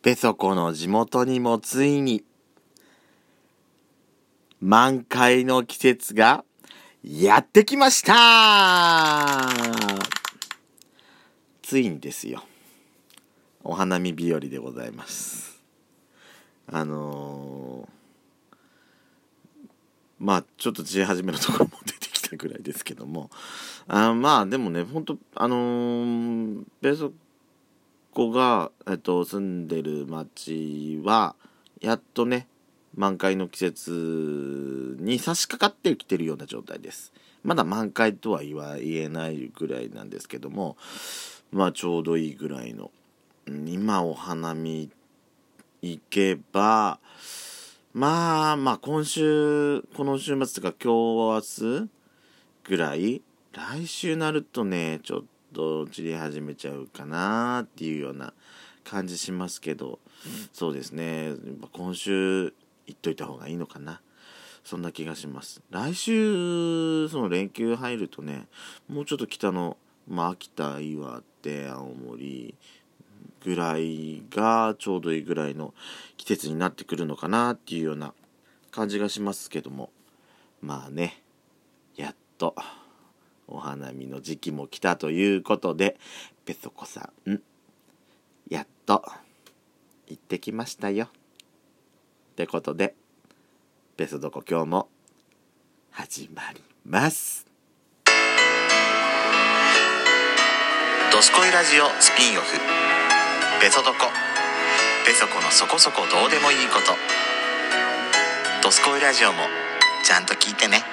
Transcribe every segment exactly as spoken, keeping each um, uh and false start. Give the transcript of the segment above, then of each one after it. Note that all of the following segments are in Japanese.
ペソコの地元にもついに満開の季節がやってきました。ついにですよ、お花見日和でございます。あのー、まあちょっと散り始めのところも出てきたぐらいですけども、あまあでもね、ほんとあのー、ペソコが、えっと、住んでる町はやっとね満開の季節に差し掛かってきてるような状態です。まだ満開とは言わ言えないぐらいなんですけども、まあちょうどいいぐらいの、今お花見行けばまあまあ今週この週末とか今日明日ぐらい、来週なるとねちょっと散り始めちゃうかなっていうような感じしますけど、そうですね、今週行っといた方がいいのかな、そんな気がします。来週その連休入るとね、もうちょっと北の、まあ、秋田、岩手、青森ぐらいがちょうどいいぐらいの季節になってくるのかなっていうような感じがしますけども、まあね、やっとお花見の時期も来たということで、ペソコさんやっと行ってきましたよってことで、ペソドコ今日も始まります。ドスコイラジオスピンオフ、ペソドコ、ペソコのそこそこどうでもいいこと。ドスコイラジオもちゃんと聞いてね。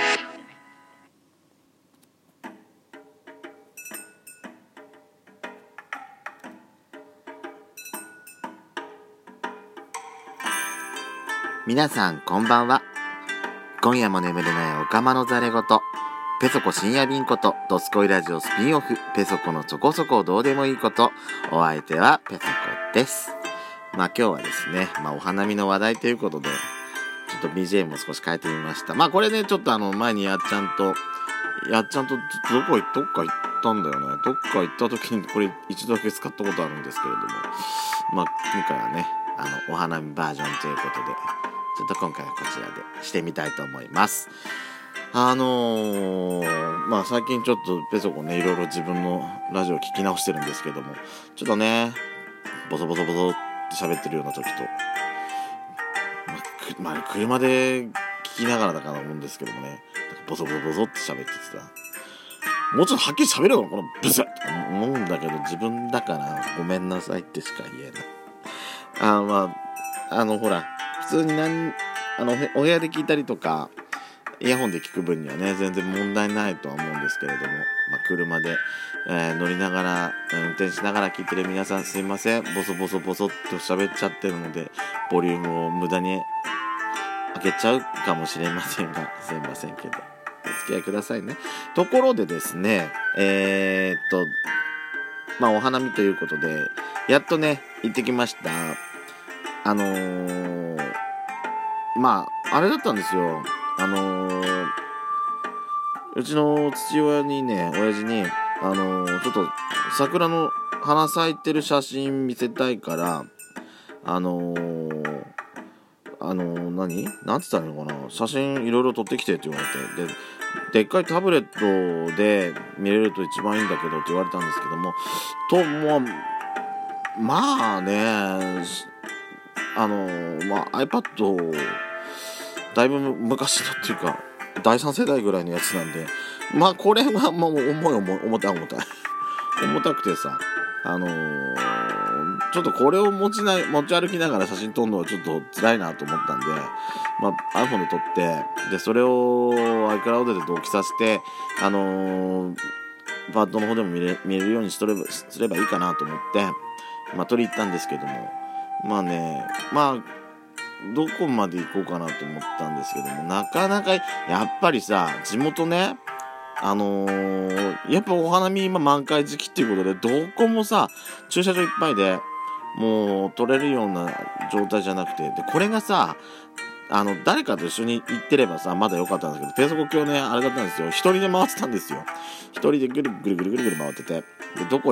皆さんこんばんは。今夜も眠れないおかまのざれごと、ペソコ深夜便こと、ドスコイラジオスピンオフ、ペソコのそこそこどうでもいいこと。お相手はペソコです。まあ今日はですね、まあお花見の話題ということで、ちょっと ビージーエム を少し変えてみました。まあこれね、ちょっとあの前にやっちゃんと、やっちゃんとどこ行どっか行ったんだよね。どっか行った時にこれ一度だけ使ったことあるんですけれども、まあ今回はね、あのお花見バージョンということで、ちょっと今回はこちらでしてみたいと思います。あのー、まあ最近ちょっとペソコね、いろいろ自分のラジオを聞き直してるんですけども、ちょっとね、ボソボソボソって喋ってるような時と、まあ、まあ、車で聞きながらだから思うんですけどもね、ボソボソボソって喋っててさ、もうちょっとはっきり喋れよこのブスッと思うんだけど、自分だからごめんなさいってしか言えない。あまああのほら普通になんあのお部屋で聞いたりとかイヤホンで聞く分にはね全然問題ないとは思うんですけれども、まあ、車で、えー、乗りながら運転しながら聞いてる皆さんすいません、ボソボソボソっと喋っちゃってるのでボリュームを無駄に開けちゃうかもしれませんが、すいませんけどお付き合いくださいね。ところでですね、えー、っとまあお花見ということでやっとね行ってきました。あのー、まああれだったんですよ。あのー、うちの父親にね、親父にあのー、ちょっと桜の花咲いてる写真見せたいから、あのー、あのー、何なんつったらいいのかな、写真いろいろ撮ってきてって言われて、ででっかいタブレットで見れると一番いいんだけどって言われたんですけども、ともうまあね、あのー、まあ iPad だいぶ昔のっていうかだいさん世代ぐらいのやつなんで、まあこれはもう重い重い重たい重たい重たくてさ、あのー、ちょっとこれを持ちな持ち歩きながら写真撮るのはちょっと辛いなと思ったんで、まあ iPhone で撮って、でそれを iCloud で同期させて、あのー、パッドの方でも見れ見れるようにしとればすればいいかなと思って、まあ撮り行ったんですけども、まあね、まあどこまで行こうかなと思ったんですけども、なかなかやっぱりさ、地元ね、あのー、やっぱお花見今満開時期っていうことで、どこもさ駐車場いっぱいでもう撮れるような状態じゃなくて、でこれがさ、あの誰かと一緒に行ってればさまだ良かったんですけど、ペソコ今日ねあれだったんですよ、一人で回ってたんですよ。一人でぐるぐるぐるぐるぐる回ってて、でどこ行っ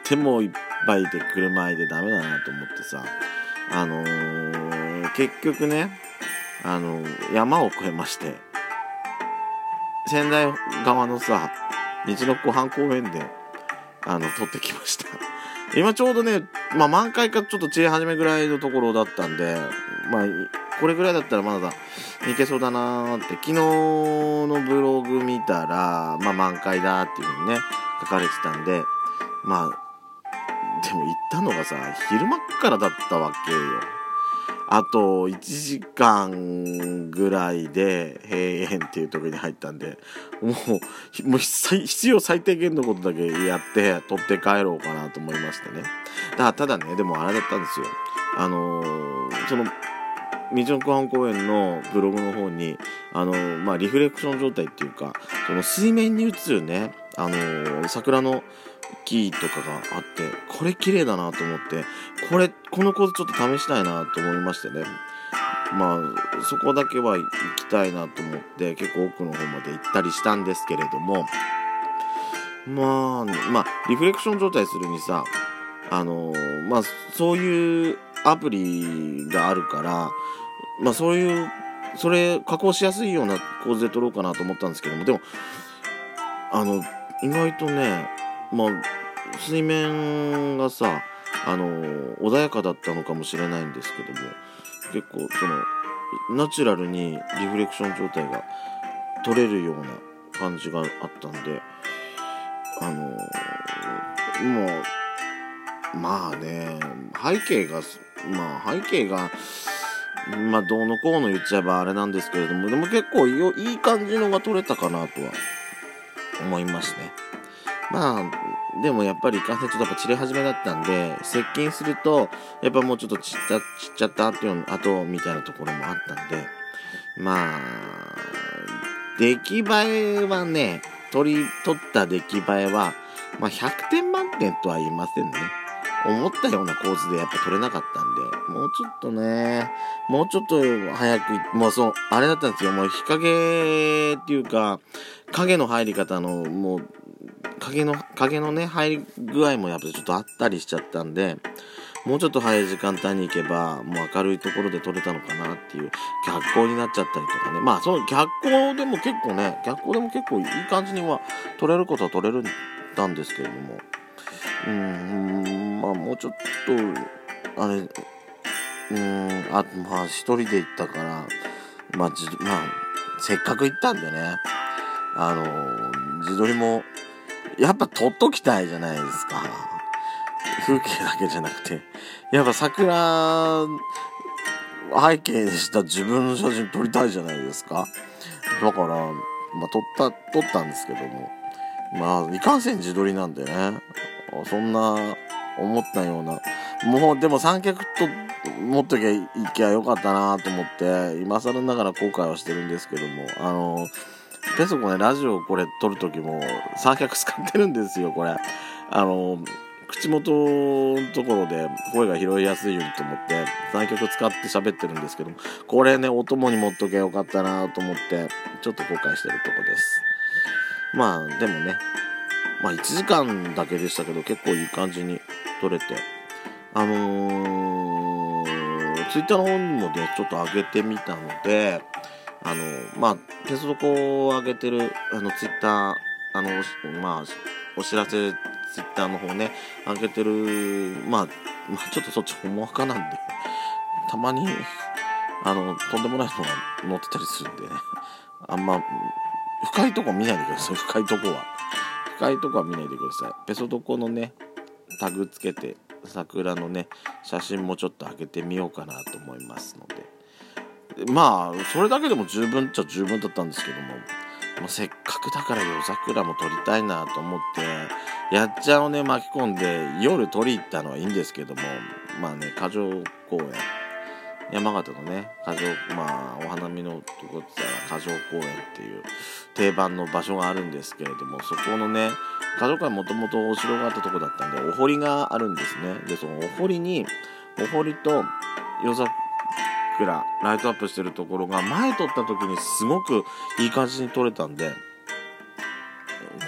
ってもいっぱいいて車いでダメだなと思ってさ、あのー、結局ね、あのー、山を越えまして、仙台側のさ、道の湖畔公園で、あの、撮ってきました。今ちょうどね、まあ満開かちょっと散り始めぐらいのところだったんで、まあ、これぐらいだったらまだいけそうだなーって、昨日のブログ見たら、まあ満開だっていう風にね、書かれてたんで、まあ、でも行ったのがさ、昼間っからだったわけよ。あといちじかんぐらいで閉園っていうところに入ったんで、もう、もう必要最低限のことだけやって取って帰ろうかなと思いましてね。だからただね、でもあれだったんですよ。あのー、その、道の湖畔公園のブログの方に、あのー、まあ、リフレクション状態っていうか、その水面に映るね、あのー、桜の木とかがあって、これ綺麗だなと思って、これ、この構図ちょっと試したいなと思いましてね。まあ、そこだけは行きたいなと思って、結構奥の方まで行ったりしたんですけれども、まあ、まあ、リフレクション状態するにさ、あのー、まあ、そういうアプリがあるから、まあ、そういう、それ、加工しやすいような構図で撮ろうかなと思ったんですけども、でも、あの、意外とね、まあ、水面がさ、あのー、穏やかだったのかもしれないんですけども、結構、その、ナチュラルにリフレクション状態が撮れるような感じがあったんで、あのー、もう、まあね、背景が、まあ背景が、まあどうのこうの言っちゃえばあれなんですけれども、でも結構よいい感じのが撮れたかなとは思いますね。まあ、でもやっぱりいかんせんちょっとやっぱ散り始めだったんで、接近すると、やっぱもうちょっと散っちゃ、散っちゃった後、後みたいなところもあったんで、まあ、出来栄えはね、撮り、撮った出来栄えは、まあひゃくてん満点とは言いませんね。思ったような構図でやっぱ撮れなかったんで、もうちょっとね、もうちょっと早く、もうそう、あれだったんですよ、もう日陰っていうか、影の入り方の、もう、影の、影のね、入り具合もやっぱちょっとあったりしちゃったんで、もうちょっと早い時間帯に行けば、もう明るいところで撮れたのかなっていう逆光になっちゃったりとかね。まあ、その逆光でも結構ね、逆光でも結構いい感じには撮れることは撮れるんだんですけれども、うーん、まあもうちょっと、あれ、うーん、あ、まあ一人で行ったから、まあじ、まあ、せっかく行ったんでね、あの、自撮りも、やっぱ撮っときたいじゃないですか。風景だけじゃなくて、やっぱ桜背景にした自分の写真撮りたいじゃないですか。だから、まあ撮った、撮ったんですけども、まあいかんせん自撮りなんでね、そんな思ったような、もうでも三脚と持っときゃいきゃよかったなと思って、今更ながら後悔はしてるんですけども、あの、ペソコね、ラジオこれ撮るときも三脚使ってるんですよ、これ。あの、口元のところで声が拾いやすいようにと思って三脚使って喋ってるんですけども、これね、お供に持っときゃよかったなと思って、ちょっと後悔してるとこです。まあ、でもね、まあいちじかんだけでしたけど結構いい感じに撮れて、あのー、ツイッターの方にもねちょっと上げてみたので、あのー、まあペソコを上げてるあのツイッター、あのまあお知らせツイッターの方ね上げてる、まあ、まあちょっとそっちほんわかなんでたまにあのとんでもないのが載ってたりするんでね、あんま深いとこ見ないでください。深いとこは深いとこは見ないでください。ペソドコのねタグつけて桜のね写真もちょっと上げてみようかなと思いますので、まあそれだけでも十分っちゃ十分だったんですけども、もうせっかくだから夜桜も撮りたいなと思ってやっちゃんをね巻き込んで夜撮り行ったのはいいんですけども、まあね花城公園、山形のね花城、まあお花見のとこって言ったら花城公園っていう定番の場所があるんですけれども、そこのね花城公園もともとお城があったとこだったんでお堀があるんですね。でそのお堀にお堀と夜桜ライトアップしてるところが前撮った時にすごくいい感じに撮れたんで、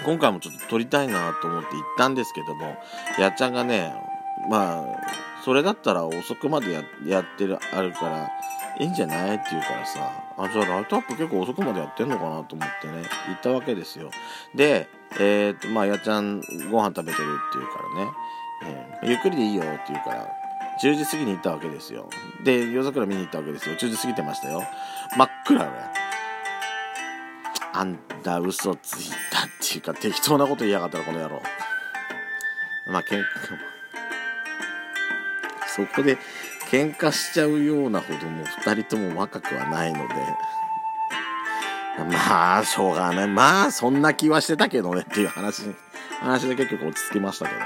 今回もちょっと撮りたいなと思って行ったんですけども、やっちゃんがね、まあそれだったら遅くまで や, やってるあるからいいんじゃないって言うからさ、あ、じゃあライトアップ結構遅くまでやってんのかなと思ってね、行ったわけですよ。で、えー、っとまあやっちゃんご飯食べてるって言うからね、えー、ゆっくりでいいよって言うからじゅうじ過ぎに行ったわけですよ。で、夜桜見に行ったわけですよ。じゅうじ過ぎてましたよ。真っ暗ね。あんた嘘ついたっていうか適当なこと言いやがったらこの野郎。まあ喧嘩そこで喧嘩しちゃうようなほども二人とも若くはないので、まあしょうがない。まあそんな気はしてたけどねっていう話話で結局落ち着きましたけどね。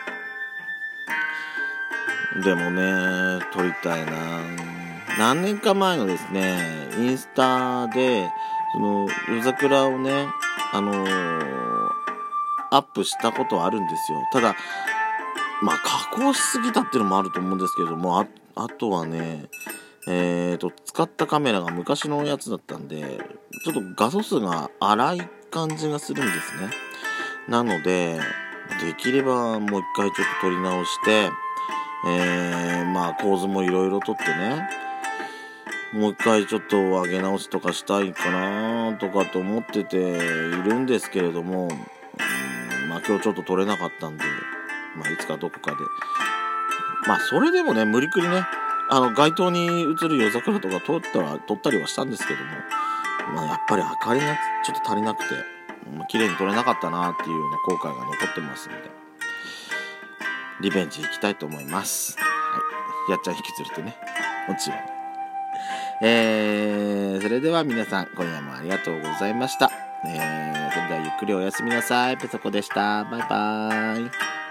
でもね、撮りたいな。何年か前のですね、インスタでその夜桜をね、あのー、アップしたことあるんですよ。ただまあ加工しすぎたっていうのもあると思うんですけども、あ, あとはね、えーと使ったカメラが昔のやつだったんで、ちょっと画素数が荒い感じがするんですね。なのでできればもう一回ちょっと撮り直して、えー、まあ構図もいろいろ撮ってね、もう一回ちょっと上げ直しとかしたいかなとかと思ってているんですけれども、うん、まあ今日ちょっと撮れなかったんで、まあいつかどこかで、まあそれでもね、無理くりね、あの街灯に映る夜桜とか撮ったら撮ったりはしたんですけども、まあやっぱり明かりがちょっと足りなくて、まあ、綺麗に撮れなかったなっていうような後悔が残ってますので、リベンジ行きたいと思います。はい、やっちゃん引きずれてね、もちろん。えー、それでは皆さん今夜もありがとうございました。えー、それではゆっくりおやすみなさい。ペソコでした。バイバーイ。